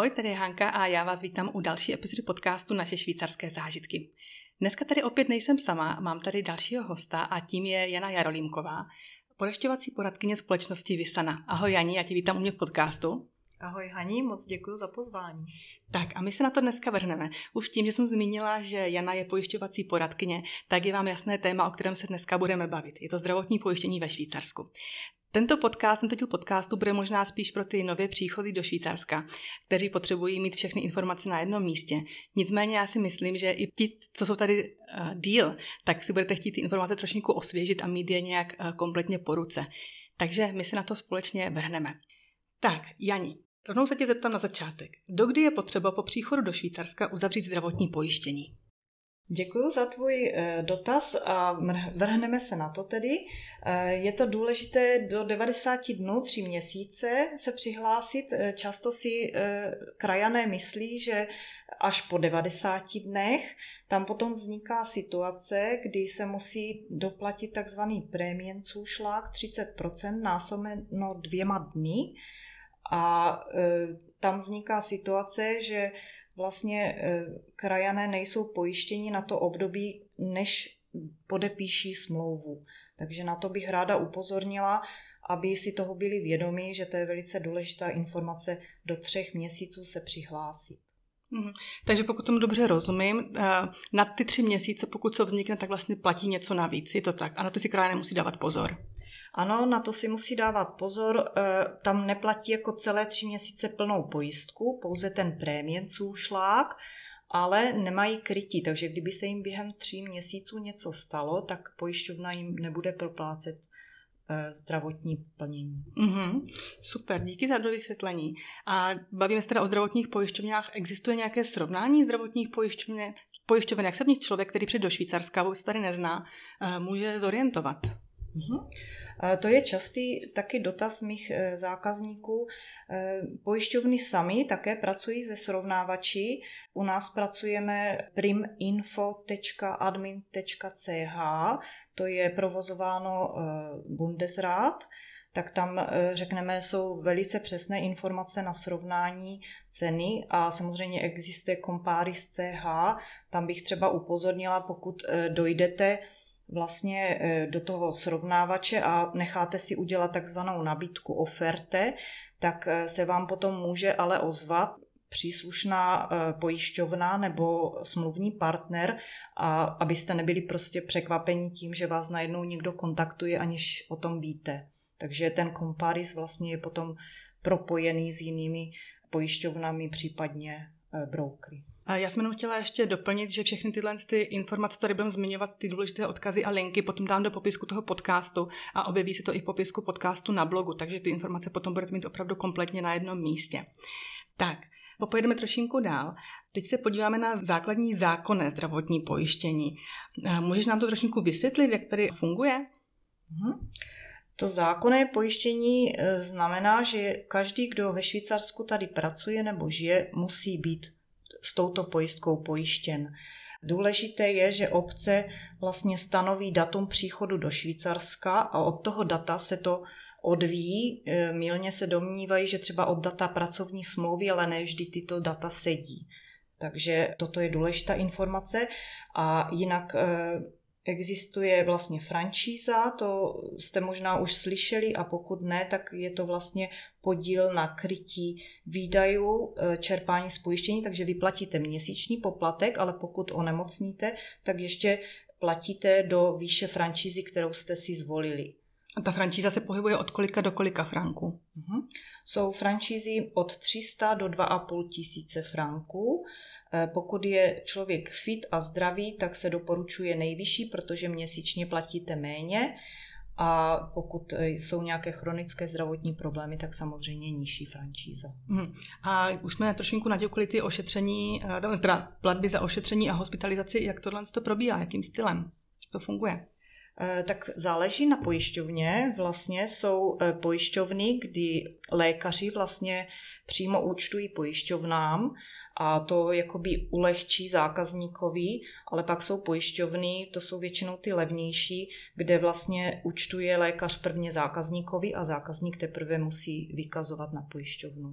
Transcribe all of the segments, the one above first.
Ahoj, tady je Hanka a já vás vítám u další epizody podcastu Naše švýcarské zážitky. Dneska tady opět nejsem sama, mám tady dalšího hosta a tím je Jana Jarolímková, porešťovací poradkyně společnosti Visana. Ahoj Jani, já tě vítám u mě v podcastu. Ahoj Hani, moc děkuji za pozvání. Tak a my se na to dneska vrhneme. Už tím, že jsem zmínila, že Jana je pojišťovací poradkyně, tak je vám jasné téma, o kterém se dneska budeme bavit. Je to zdravotní pojištění ve Švýcarsku. Tento díl podcastu bude možná spíš pro ty nově příchozí do Švýcarska, kteří potřebují mít všechny informace na jednom místě. Nicméně já si myslím, že i ti, co jsou tady díl, tak si budete chtít ty informace trošku osvěžit a mít je nějak kompletně po ruce. Takže my se na to společně vrhneme. Tak, Jani, rovnou se tě zeptám na začátek. Dokdy je potřeba po příchodu do Švýcarska uzavřít zdravotní pojištění? Děkuji za tvůj dotaz a vrhneme se na to tedy. Je to důležité do 90 dnů, 3 měsíce se přihlásit. Často si krajané myslí, že až po 90 dnech tam potom vzniká situace, kdy se musí doplatit takzvaný Prämienzuschlag 30% násobeno 2 dny. A tam vzniká situace, že vlastně krajané nejsou pojištěni na to období, než podepíší smlouvu. Takže na to bych ráda upozornila, aby si toho byli vědomí, že to je velice důležitá informace do 3 měsíců se přihlásit. Takže pokud tomu dobře rozumím, na ty 3 měsíce, pokud co vznikne, tak vlastně platí něco navíc, je to tak? A na to si krajané musí dávat pozor. Ano, na to si musí dávat pozor, tam neplatí jako celé 3 měsíce plnou pojistku, pouze ten Prämienzuschlag, ale nemají krytí, takže kdyby se jim během 3 měsíců něco stalo, tak pojišťovna jim nebude proplácet zdravotní plnění. Super, díky za vysvětlení. A bavíme se teda o zdravotních pojišťovnách. Existuje nějaké srovnání zdravotních pojišťoven, jak se v nich člověk, který přijde do Švýcarska, vůbec tady nezná, může zorientovat? To je častý taky dotaz mých zákazníků. Pojišťovny sami také pracují se srovnávači. U nás pracujeme priminfo.admin.ch, to je provozováno Bundesrat, tak tam řekneme, jsou velice přesné informace na srovnání ceny a samozřejmě existuje Comparis.ch, tam bych třeba upozornila, pokud dojdete vlastně do toho srovnávače a necháte si udělat takzvanou nabídku oferte, tak se vám potom může ale ozvat příslušná pojišťovna nebo smluvní partner, a abyste nebyli prostě překvapeni tím, že vás najednou někdo kontaktuje, aniž o tom víte. Takže ten Comparis vlastně je potom propojený s jinými pojišťovnami, případně brokery. A já jsem jenom chtěla ještě doplnit, že všechny tyhle informace, tady budeme zmiňovat, ty důležité odkazy a linky, potom dám do popisku toho podcastu a objeví se to i v popisku podcastu na blogu, takže ty informace potom budete mít opravdu kompletně na jednom místě. Tak, pojedeme trošinku dál. Teď se podíváme na základní zákonné zdravotní pojištění. Můžeš nám to trošinku vysvětlit, jak tady funguje? To zákonné pojištění znamená, že každý, kdo ve Švýcarsku tady pracuje nebo žije, musí být s touto pojistkou pojištěn. Důležité je, že obce vlastně stanoví datum příchodu do Švýcarska a od toho data se to odvíjí. Mylně se domnívají, že třeba od data pracovní smlouvy, ale ne vždy tyto data sedí. Takže toto je důležitá informace a jinak existuje vlastně franšíza, to jste možná už slyšeli a pokud ne, tak je to vlastně podíl na krytí výdajů čerpání z pojištění, takže vy platíte měsíční poplatek, ale pokud onemocníte, tak ještě platíte do výše franšízy, kterou jste si zvolili. A ta franšíza se pohybuje od kolika do kolika franků? Jsou franšízy od 300 do 2,5 tisíce franků. Pokud je člověk fit a zdravý, tak se doporučuje nejvyšší, protože měsíčně platíte méně a pokud jsou nějaké chronické zdravotní problémy, tak samozřejmě nižší franšíza. A už jsme trošinku naťukli ty ošetření, teda platby za ošetření a hospitalizaci, jak tohle to probíhá, jakým stylem to funguje? Tak záleží na pojišťovně. Vlastně jsou pojišťovny, kdy lékaři vlastně přímo účtují pojišťovnám a to jakoby ulehčí zákazníkovi, ale pak jsou pojišťovny, to jsou většinou ty levnější, kde vlastně účtuje lékař prvně zákazníkovi a zákazník teprve musí vykazovat na pojišťovnu.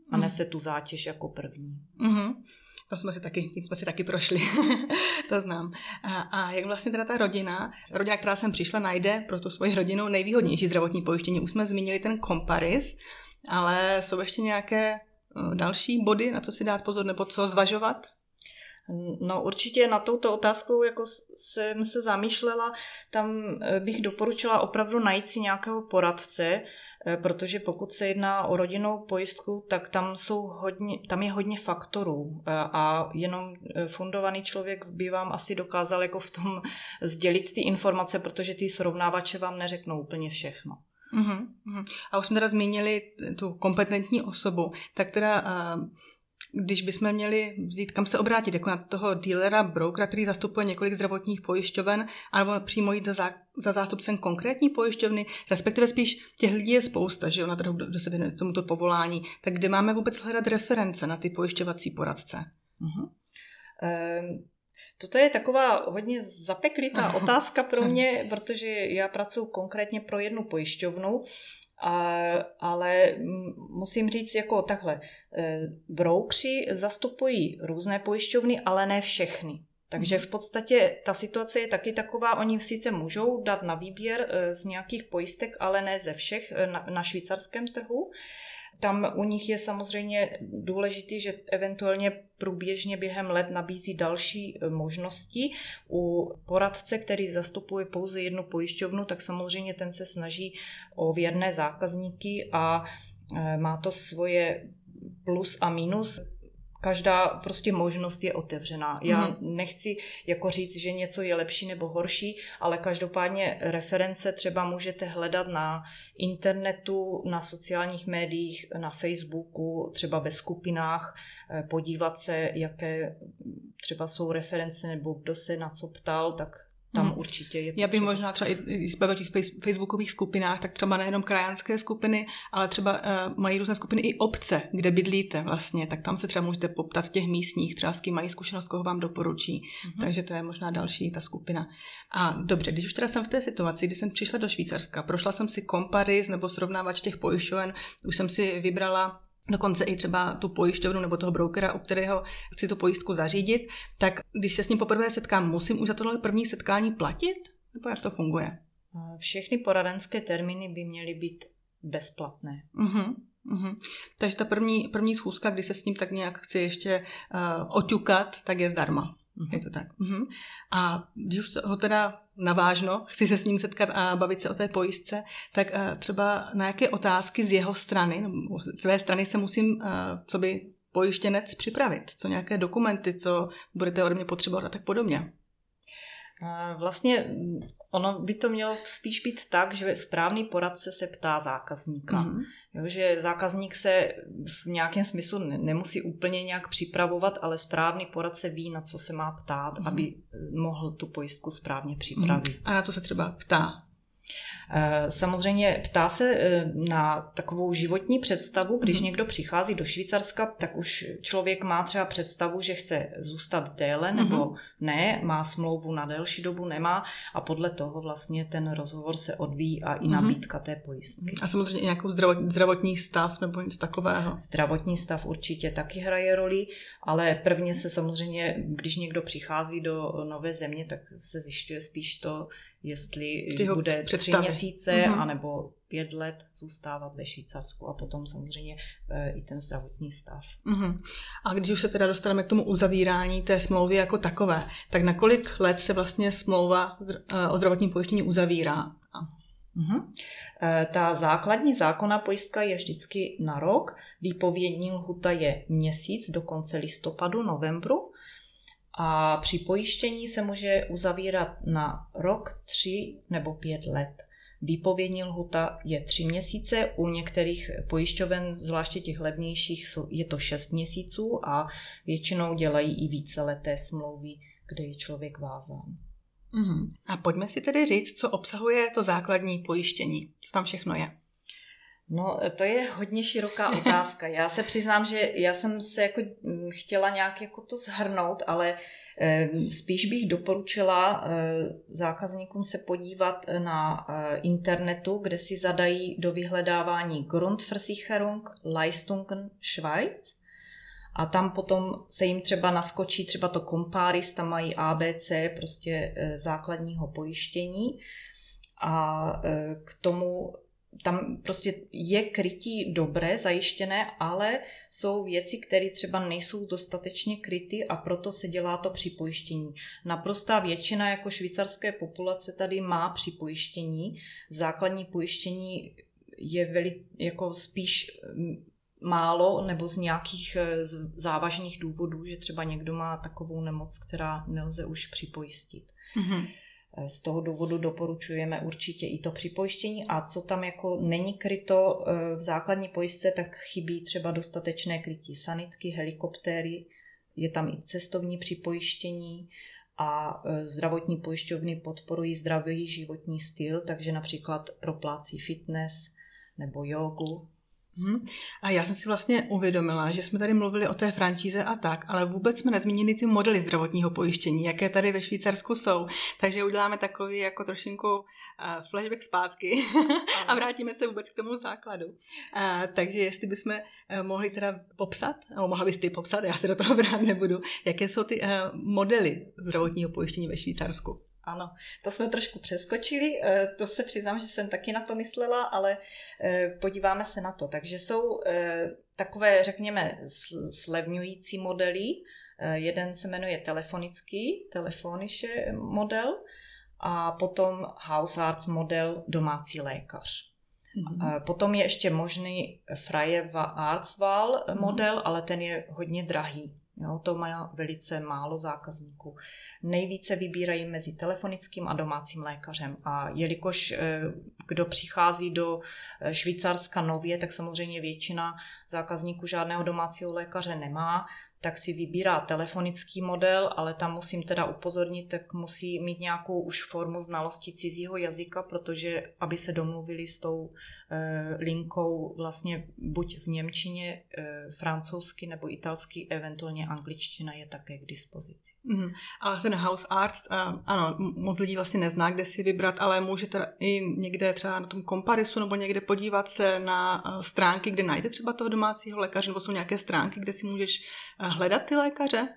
a nese tu zátěž jako první. To tím jsme si taky prošli, to znám. A jak vlastně teda ta rodina, která sem přišla, najde pro tu svoji rodinu nejvýhodnější zdravotní pojištění? Už jsme zmínili ten Comparis, ale jsou ještě nějaké další body, na co si dát pozor nebo co zvažovat? No určitě na touto otázkou jako jsem se zamýšlela, tam bych doporučila opravdu najít si nějakého poradce, protože pokud se jedná o rodinnou pojistku, tak tam je hodně faktorů a jenom fundovaný člověk by vám asi dokázal jako v tom sdělit ty informace, protože ty srovnávače vám neřeknou úplně všechno. A už jsme teda zmínili tu kompetentní osobu, tak teda když bychom měli vzít, kam se obrátit, jako na toho dealera, brokera, který zastupuje několik zdravotních pojišťoven, anebo přímo jít za zástupcem konkrétní pojišťovny, respektive spíš těch lidí je spousta, že jo, na trhu, kdo se věnuje tomuto povolání, tak kde máme vůbec hledat reference na ty pojišťovací poradce? Toto je taková hodně zapeklitá otázka pro mě, protože já pracuji konkrétně pro jednu pojišťovnu, ale musím říct jako takhle, broukři zastupují různé pojišťovny, ale ne všechny. Takže v podstatě ta situace je taky taková, oni sice můžou dát na výběr z nějakých pojistek, ale ne ze všech na švýcarském trhu. Tam u nich je samozřejmě důležité, že eventuálně průběžně během let nabízí další možnosti. U poradce, který zastupuje pouze jednu pojišťovnu, tak samozřejmě ten se snaží o věrné zákazníky a má to svoje plus a minus. Každá prostě možnost je otevřená. Já nechci jako říct, že něco je lepší nebo horší, ale každopádně reference třeba můžete hledat na internetu, na sociálních médiích, na Facebooku, třeba ve skupinách, podívat se, jaké třeba jsou reference nebo kdo se na co ptal, tak tam určitě je potřeba. Já bych možná třeba i zbavil těch facebookových skupinách, tak třeba nejenom krajanské skupiny, ale třeba mají různé skupiny i obce, kde bydlíte vlastně, tak tam se třeba můžete poptat těch místních, třeba s kým mají zkušenost, koho vám doporučí. Takže to je možná další ta skupina. A dobře, když už teda jsem v té situaci, kdy jsem přišla do Švýcarska, prošla jsem si Comparis nebo srovnávač těch pojišťoven, už jsem si vybrala dokonce i třeba tu pojišťovnu nebo toho brokera, u kterého chci tu pojistku zařídit, tak když se s ním poprvé setkám, musím už za tohle první setkání platit? Nebo jak to funguje? Všechny poradenské termíny by měly být bezplatné. Takže ta první schůzka, kdy se s ním tak nějak chci ještě oťukat, tak je zdarma. Je to tak. A když už ho teda navážno, chci se s ním setkat a bavit se o té pojistce, tak třeba na jaké otázky z jeho strany, nebo z tvé strany se musím, co by pojištěnec připravit? Co nějaké dokumenty, co budete ode mě potřebovat a tak podobně? Vlastně ono by to mělo spíš být tak, že správný poradce se ptá zákazníka. Jo, že zákazník se v nějakém smyslu nemusí úplně nějak připravovat, ale správný poradce ví, na co se má ptát, aby mohl tu pojistku správně připravit. A na co se třeba ptá? Samozřejmě ptá se na takovou životní představu, když někdo přichází do Švýcarska, tak už člověk má třeba představu, že chce zůstat déle nebo ne, má smlouvu na delší dobu, nemá a podle toho vlastně ten rozhovor se odvíjí a i nabídka té pojistky. A samozřejmě i nějakou zdravotní stav nebo něco takového? Zdravotní stav určitě taky hraje roli, ale prvně se samozřejmě, když někdo přichází do nové země, tak se zjišťuje spíš to, jestli bude 3 měsíce anebo 5 let zůstávat ve Švýcarsku a potom samozřejmě i ten zdravotní stav. A když už se teda dostaneme k tomu uzavírání té smlouvy jako takové, tak na kolik let se vlastně smlouva o zdravotním pojištění uzavírá? Ta základní zákonná pojistka je vždycky na rok, výpovědní lhuta je měsíc do konce listopadu, novembru. A při pojištění se může uzavírat na rok, 3 nebo 5 let. Výpovědní lhuta je 3 měsíce, u některých pojišťoven, zvláště těch levnějších, je to 6 měsíců a většinou dělají i víceleté smlouvy, kde je člověk vázán. A pojďme si tedy říct, co obsahuje to základní pojištění. Co tam všechno je? No, to je hodně široká otázka. Já se přiznám, že já jsem se jako chtěla nějak jako to shrnout, ale Spíš bych doporučila zákazníkům se podívat na internetu, kde si zadají do vyhledávání Grundversicherung Leistungen Schweiz a tam potom se jim třeba naskočí třeba to Comparis, tam mají ABC prostě základního pojištění a k tomu tam prostě je krytí dobré, zajištěné, ale jsou věci, které třeba nejsou dostatečně kryty a proto se dělá to připojištění. Naprostá většina jako švýcarské populace tady má připojištění. Základní pojištění je jako spíš málo nebo z nějakých závažných důvodů, že třeba někdo má takovou nemoc, která nelze už připojistit. Mm-hmm. Z toho důvodu doporučujeme určitě i to připojištění a co tam jako není kryto v základní pojistce, tak chybí třeba dostatečné krytí sanitky, helikoptéry, je tam i cestovní připojištění a zdravotní pojišťovny podporují zdravý životní styl, takže například proplácí fitness nebo jógu. A já jsem si vlastně uvědomila, že jsme tady mluvili o té franšíze a tak, ale vůbec jsme nezmínili ty modely zdravotního pojištění, jaké tady ve Švýcarsku jsou. Takže uděláme takový jako trošinku flashback zpátky a vrátíme se vůbec k tomu základu. Takže jestli bychom mohli teda popsat, nebo mohla bys ty popsat, já se do toho brát nebudu, jaké jsou ty modely zdravotního pojištění ve Švýcarsku. Ano, to jsme trošku přeskočili, to se přiznám, že jsem taky na to myslela, ale podíváme se na to. Takže jsou takové, řekněme, slevňující modely. Jeden se jmenuje telefonische model a potom Hausarzt model, domácí lékař. Mm-hmm. Potom je ještě možný freie Arztwahl model, ale ten je hodně drahý. Jo, to má velice málo zákazníků. Nejvíce vybírají mezi telefonickým a domácím lékařem. A jelikož kdo přichází do Švýcarska nově, tak samozřejmě většina zákazníků žádného domácího lékaře nemá, tak si vybírá telefonický model, ale tam musím teda upozornit, tak musí mít nějakou už formu znalosti cizího jazyka, protože aby se domluvili s tou linkou vlastně buď v němčině, francouzsky nebo italsky, eventuálně angličtina je také k dispozici. Ale ten Hausarzt, ano, moc lidí vlastně nezná, kde si vybrat, ale můžete i někde třeba na tom Comparisu nebo někde podívat se na stránky, kde najde třeba toho domácího lékaře, nebo jsou nějaké stránky, kde si můžeš hledat ty lékaře?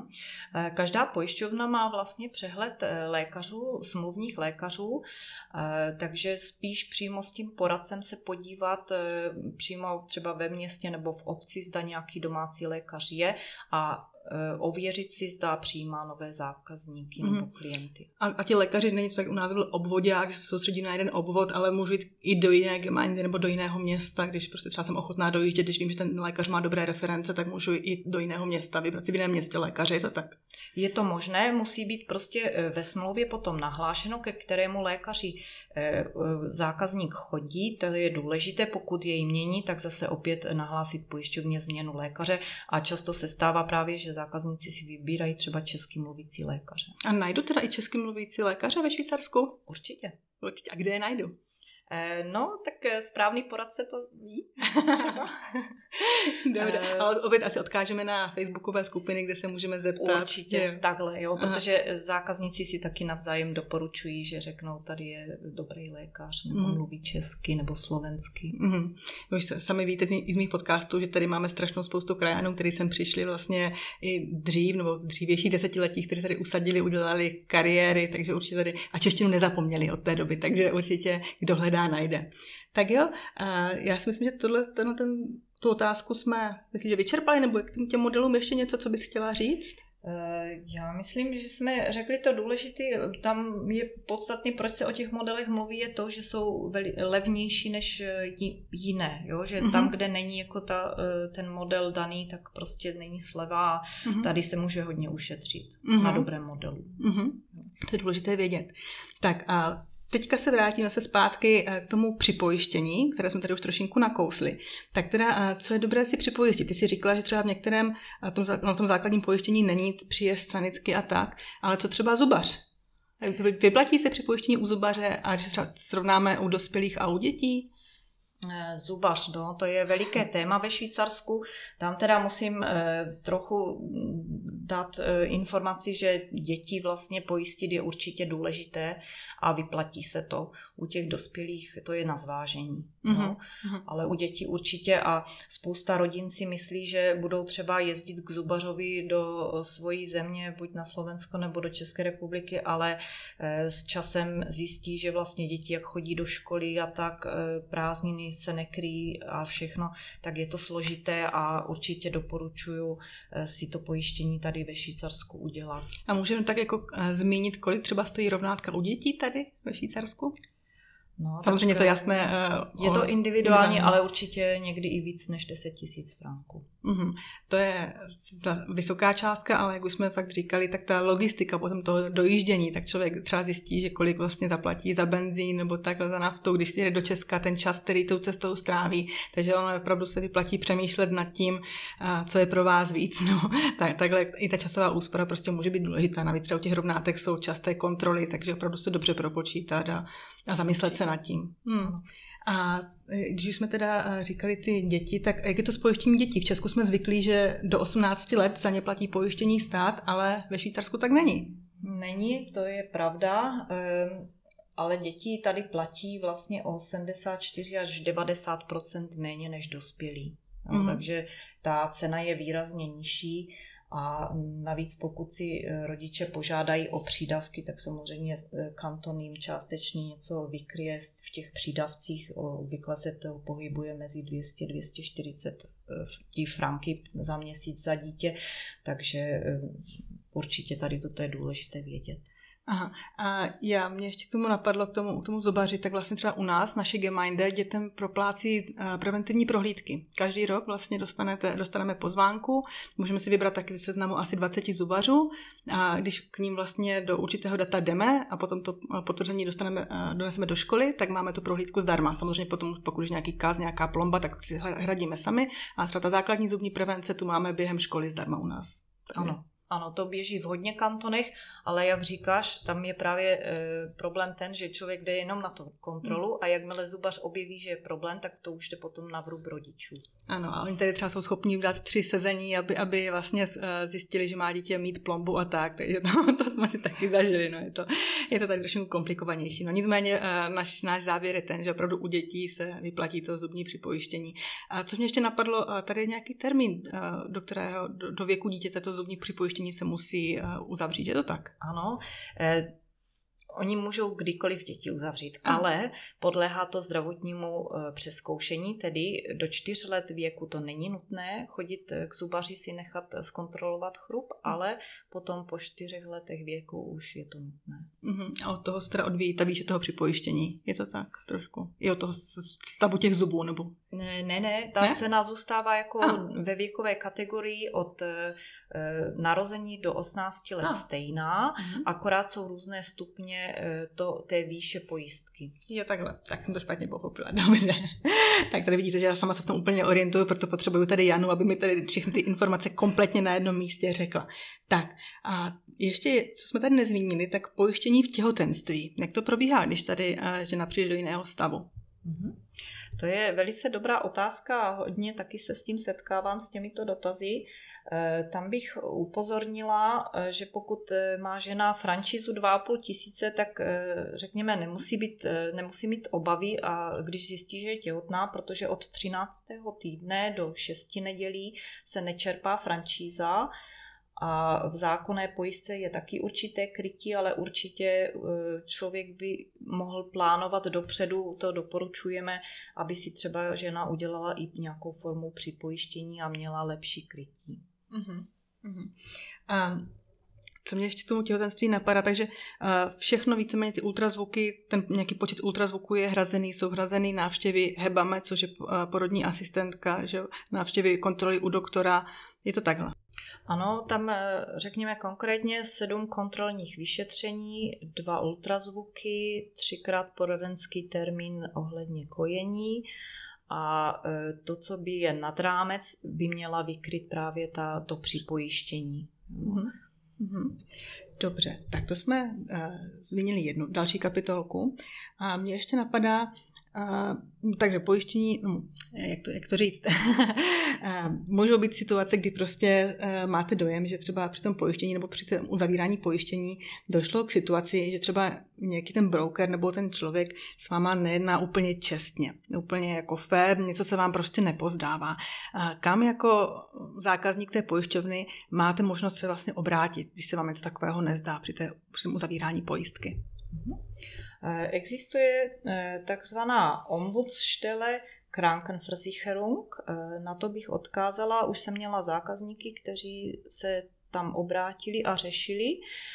Každá pojišťovna má vlastně přehled lékařů, smluvních lékařů, takže spíš přímo s tím poradcem se podívat přímo třeba ve městě nebo v obci, zda nějaký domácí lékař je a ověřit si, zda přijímá nové zákazníky nebo klienty. A ti lékaři není to tak u nás byl obvodák, že se soustředí na jeden obvod, ale můžu jít i do jiné gemeinde nebo do jiného města, když prostě třeba jsem ochotná dojíždět, když vím, že ten lékař má dobré reference, tak můžu jít do jiného města, vybrat si v jiném městě lékaře, je to tak? Je to možné, musí být prostě ve smlouvě potom nahlášeno, ke kterému lékaři zákazník chodí, to je důležité, pokud jej mění, tak zase opět nahlásit pojišťovně změnu lékaře a často se stává právě, že zákazníci si vybírají třeba česky mluvící lékaře. A najdu teda i česky mluvící lékaře ve Švýcarsku? Určitě. A kde je najdu? No, tak správný poradce to ví. Dobře, ale opět asi odkážeme na facebookové skupiny, kde se můžeme zeptat. Určitě, takhle, jo, protože zákazníci si taky navzájem doporučují, že řeknou, tady je dobrý lékař, nebo mluví česky, nebo slovensky. Už sami víte i z mých podcastů, že tady máme strašnou spoustu krajanů, kteří sem přišli vlastně i dřív, nebo v dřívějších desetiletích, kteří tady usadili, udělali kariéry, takže určitě tady a češtinu nezapomněli od té doby, takže určitě kdo hledá, najde. Tak jo, já si myslím, že tu otázku jsme, myslím, že vyčerpali, nebo k těm modelům ještě něco, co bys chtěla říct? Já myslím, že jsme řekli to důležité. Tam je podstatný, proč se o těch modelech mluví, je to, že jsou levnější než jiné. Jo? Že tam, kde není jako ten model daný, tak prostě není sleva. Tady se může hodně ušetřit na dobrém modelu. To je důležité vědět. Tak a teďka se vrátíme zpátky k tomu připojištění, které jsme tady už trošinku nakousli. Tak teda, co je dobré si připojistit? Ty jsi říkala, že třeba v některém tom základním pojištění není příjezd sanitky a tak, ale co třeba zubař? Vyplatí se připojištění u zubaře a když třeba srovnáme u dospělých a u dětí? Zubař, no, to je veliké téma ve Švýcarsku. Tam teda musím trochu dát informaci, že děti vlastně pojistit je určitě důležité a vyplatí se to. U těch dospělých to je na zvážení. No. Ale u dětí určitě a spousta rodin si myslí, že budou třeba jezdit k zubařovi do svojí země, buď na Slovensko nebo do České republiky, ale s časem zjistí, že vlastně děti, jak chodí do školy a tak prázdniny se nekryjí a všechno, tak je to složité a určitě doporučuju si to pojištění tady ve Švýcarsku udělat. A můžeme tak jako zmínit, kolik třeba stojí rovnátka u dětí tady ve Švýcarsku? No, samozřejmě to jasné. Je to individuální, ale určitě někdy i víc než 10 000 franků. To je vysoká částka, ale jak už jsme fakt říkali, tak ta logistika potom toho dojíždění, tak člověk třeba zjistí, že kolik vlastně zaplatí za benzín nebo takhle za naftu, když jde do Česka, ten čas, který tou cestou stráví. Takže ono opravdu se vyplatí přemýšlet nad tím, co je pro vás víc. No, takhle i ta časová úspora prostě může být důležitá. Navíc u těch rovnátek jsou časté kontroly, takže opravdu se dobře propočítat a zamyslet se nad tím. A když jsme teda říkali ty děti, tak jak je to s pojištěním dětí? V Česku jsme zvyklí, že do 18 let za ně platí pojištění stát, ale ve Švýcarsku tak není. Není, to je pravda, ale děti tady platí vlastně o 74 až 90% méně než dospělí. No, takže ta cena je výrazně nižší. A navíc pokud si rodiče požádají o přídavky, tak samozřejmě kanton jim částečně něco vykryje v těch přídavcích. Obvykle se to pohybuje mezi 200-240 franky za měsíc za dítě, takže určitě tady toto je důležité vědět. Aha. A mě ještě k tomu napadlo, k tomu zubaři, tak vlastně třeba u nás, naše Gemeinde, dětem proplácí preventivní prohlídky. Každý rok vlastně dostaneme pozvánku, můžeme si vybrat taky ze seznamu asi 20 zubařů a když k ním vlastně do určitého data jdeme a potom to potvrzení doneseme do školy, tak máme tu prohlídku zdarma. Samozřejmě potom, pokud je nějaký kaz, nějaká plomba, tak si hradíme sami a třeba ta základní zubní prevence tu máme během školy zdarma u nás. Ano, to běží v hodně kantonech, ale jak říkáš, tam je právě problém ten, že člověk jde jenom na tu kontrolu a jakmile zubař objeví, že je problém, tak to už jde potom na vrub rodičů. Ano, a oni tady třeba jsou schopni dát 3 sezení, aby vlastně zjistili, že má dítě mít plombu a tak, takže to jsme si taky zažili, no je to tak trošku komplikovanější. No nicméně náš závěr je ten, že opravdu u dětí se vyplatí to zubní připojištění. A což mě ještě napadlo, tady je nějaký termín, do kterého do věku dítěte to zubní připojištění se musí uzavřít, je to tak? Ano, oni můžou kdykoliv děti uzavřít, ale podléhá to zdravotnímu přezkoušení, tedy do 4 let věku to není nutné chodit k zubaři si nechat zkontrolovat chrup, ale potom po 4 letech věku už je to nutné. A od toho se teda odvíjí ta výše toho připojištění, je to tak trošku? I od toho stavu těch zubů, nebo? Ne, ta cena zůstává jako ve věkové kategorii od narození do 18 let stejná, akorát jsou různé stupně té výše pojistky. Jo, takhle. Tak jsem to špatně pochopila. Dobře. Tak tady vidíte, že já sama se v tom úplně orientuju, proto potřebuju tady Janu, aby mi tady všechny ty informace kompletně na jednom místě řekla. Tak a ještě, co jsme tady nezmínili, tak pojištění v těhotenství. Jak to probíhá, když tady žena přijde do jiného stavu? To je velice dobrá otázka a hodně taky se s tím setkávám, s těmito dotazy. Tam bych upozornila, že pokud má žena franšízu 2,5 tisíce, tak řekněme nemusí mít obavy, a když zjistí, že je těhotná, protože od 13. týdne do 6 nedělí se nečerpá franšíza. A v zákonné pojistce je taky určité krytí, ale určitě člověk by mohl plánovat dopředu, to doporučujeme, aby si třeba žena udělala i nějakou formu připojištění a měla lepší krytí. A co mě ještě k tomu těhotenství napadá, takže všechno víceméně ty ultrazvuky, ten nějaký počet ultrazvuků je hrazený, jsou hrazený návštěvy Hebame, což je porodní asistentka, že návštěvy kontroly u doktora, je to takhle. Ano, tam řekněme konkrétně 7 kontrolních vyšetření, 2 ultrazvuky, 3krát poradenský termín ohledně kojení a to, co by je nad rámec, by měla vykryt právě to připojištění. Dobře, tak to jsme zmínili jednu další kapitolku a mě ještě napadá, Takže pojištění, jak to říct, můžou být situace, kdy prostě máte dojem, že třeba při tom pojištění nebo při tom uzavírání pojištění došlo k situaci, že třeba nějaký ten broker nebo ten člověk s váma nejedná úplně čestně, úplně jako fér, něco se vám prostě nepozdává. Kam jako zákazník té pojišťovny máte možnost se vlastně obrátit, když se vám něco takového nezdá při tom uzavírání pojistky? Existuje takzvaná Ombudsstelle Krankenversicherung. Na to bych odkázala. Už jsem měla zákazníky, kteří se tam obrátili a řešili.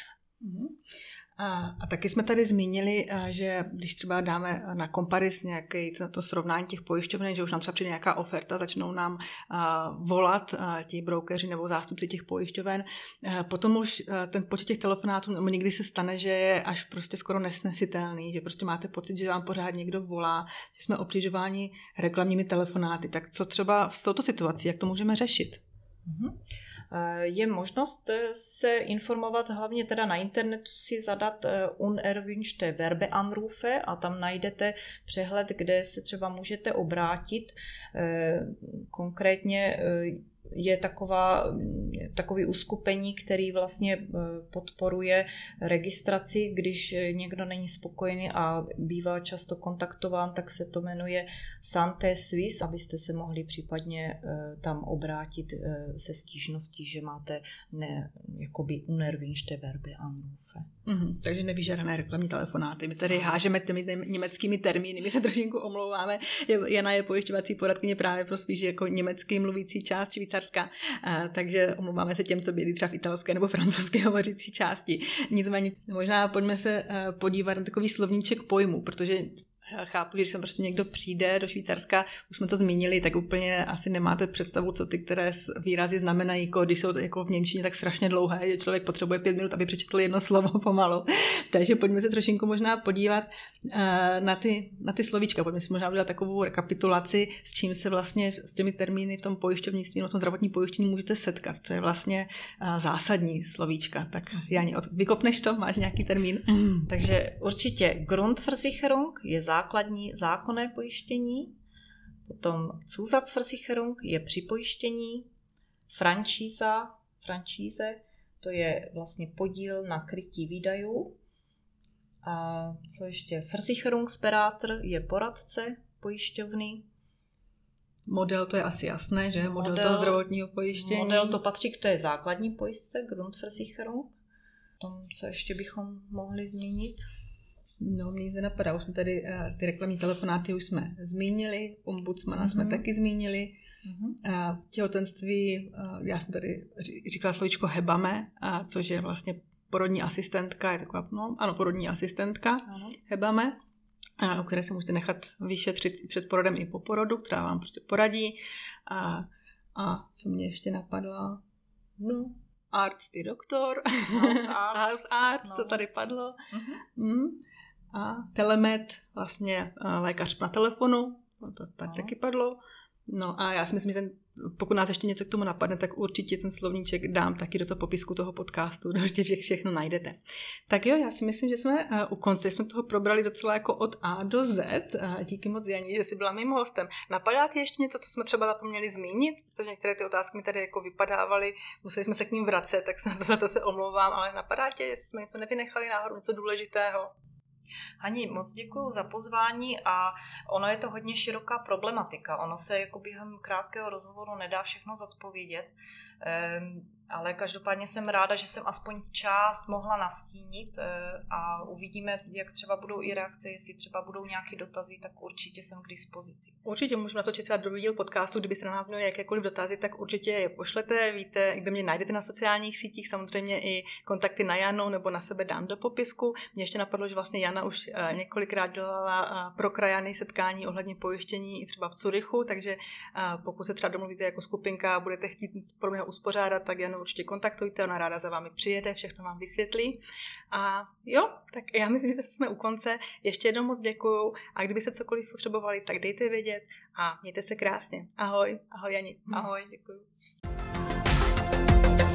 A taky jsme tady zmínili, že když třeba dáme na komparis nějaké to srovnání těch pojišťoven, že už nám třeba přijde nějaká oferta, začnou nám volat ti brokeři nebo zástupci těch pojišťoven. Potom už ten počet těch telefonátů někdy se stane, že je až prostě skoro nesnesitelný, že prostě máte pocit, že vám pořád někdo volá, že jsme obtěžováni reklamními telefonáty. Tak co třeba v touto situaci, jak to můžeme řešit? Je možnost se informovat, hlavně teda na internetu si zadat unerwünschte Werbeanrufe a tam najdete přehled, kde se třeba můžete obrátit. Konkrétně je takový uskupení, který vlastně podporuje registraci, když někdo není spokojený a bývá často kontaktován, tak se to jmenuje Santé Suisse, abyste se mohli případně tam obrátit se stížností, že máte jakoby unerwünschte Werbeanrufe. Takže nevyžádané reklamní telefonáty. My tady hážeme těmi německými termíny, my se trošku omlouváme. Jana je pojišťovací poradkyně právě pro spíš jako německy mluvící část švýcarská, takže omlouváme se těm, co bydlí třeba v italské nebo francouzské hovořící části. Nicméně možná pojďme se podívat na takový slovníček pojmu, protože chápu, že když sem prostě někdo přijde do Švýcarska, už jsme to zmínili, tak úplně asi nemáte představu, co ty které výrazy znamenají, jako když jsou jako v němčině tak strašně dlouhé, že člověk potřebuje 5 minut, aby přečetl jedno slovo pomalu. Takže pojďme se trošinku možná podívat na ty slovíčka. Pojďme si možná udělat takovou rekapitulaci, s čím se vlastně s těmi termíny v tom pojišťovnictví, v tom zdravotním pojištění můžete setkat, co je vlastně zásadní slovíčka. Tak Jani, vykopneš to? Máš nějaký termín? Takže určitě Grundversicherung je základní zákonné pojištění, potom Zusatzversicherung je připojištění, franšíze, to je vlastně podíl na krytí výdajů. A co ještě? Versicherungsberater je poradce pojišťovny. Model to je asi jasné, že? Model toho zdravotního pojištění. Model to patří k té základní pojistce, Grundversicherung. Tom, co ještě bychom mohli zmínit? No, mě se napadá, už jsme tady ty reklamní telefonáty už jsme zmínili, ombudsmana jsme taky zmínili, těhotenství, já jsem tady říkala slovíčko Hebame, což je vlastně porodní asistentka, je taková, porodní asistentka, Hebame, o které se můžete nechat vyšetřit před porodem i po porodu, která vám prostě poradí. A co mě ještě napadlo? No, Arzt i doktor, Hausarzt, to tady padlo. A telemed, vlastně lékař na telefonu, to tady taky padlo. No a já si myslím, že pokud nás ještě něco k tomu napadne, tak určitě ten slovníček dám taky do toho popisku toho podcastu, určitě všechno najdete. Tak jo, já si myslím, že jsme u konce, jsme toho probrali docela jako od A do Z. Díky moc, Janí, že jsi byla mým hostem. Napadá ti ještě něco, co jsme třeba zapomněli zmínit? Protože některé ty otázky mi tady jako vypadávaly, museli jsme se k ním vracet, tak za to se omlouvám, ale napadá tě, jestli jsme něco nevynechali náhodou, něco důležitého? Hani, moc děkuji za pozvání a ono je to hodně široká problematika. Ono se jako během krátkého rozhovoru nedá všechno zodpovědět, ale každopádně jsem ráda, že jsem aspoň část mohla nastínit a uvidíme, jak třeba budou i reakce, jestli třeba budou nějaké dotazy, tak určitě jsem k dispozici. Určitě můžu natočit třeba druhý díl podcastu, kdybyste na nás měli jakékoliv dotazy, tak určitě je pošlete, víte, kde mě najdete na sociálních sítích, samozřejmě i kontakty na Janu nebo na sebe dám do popisku. Mně ještě napadlo, že vlastně Jana už několikrát dělala pro krajany setkání ohledně pojištění i třeba v Curychu, takže pokud se třeba domluvíte jako skupinka a budete chtít pro mě uspořádat, tak Janu určitě kontaktujte, ona ráda za vámi přijede, všechno vám vysvětlí. A jo, tak já myslím, že jsme u konce. Ještě jednou moc děkuju a kdyby se cokoliv potřebovali, tak dejte vědět a mějte se krásně. Ahoj, ahoj Jani. Ahoj, děkuju.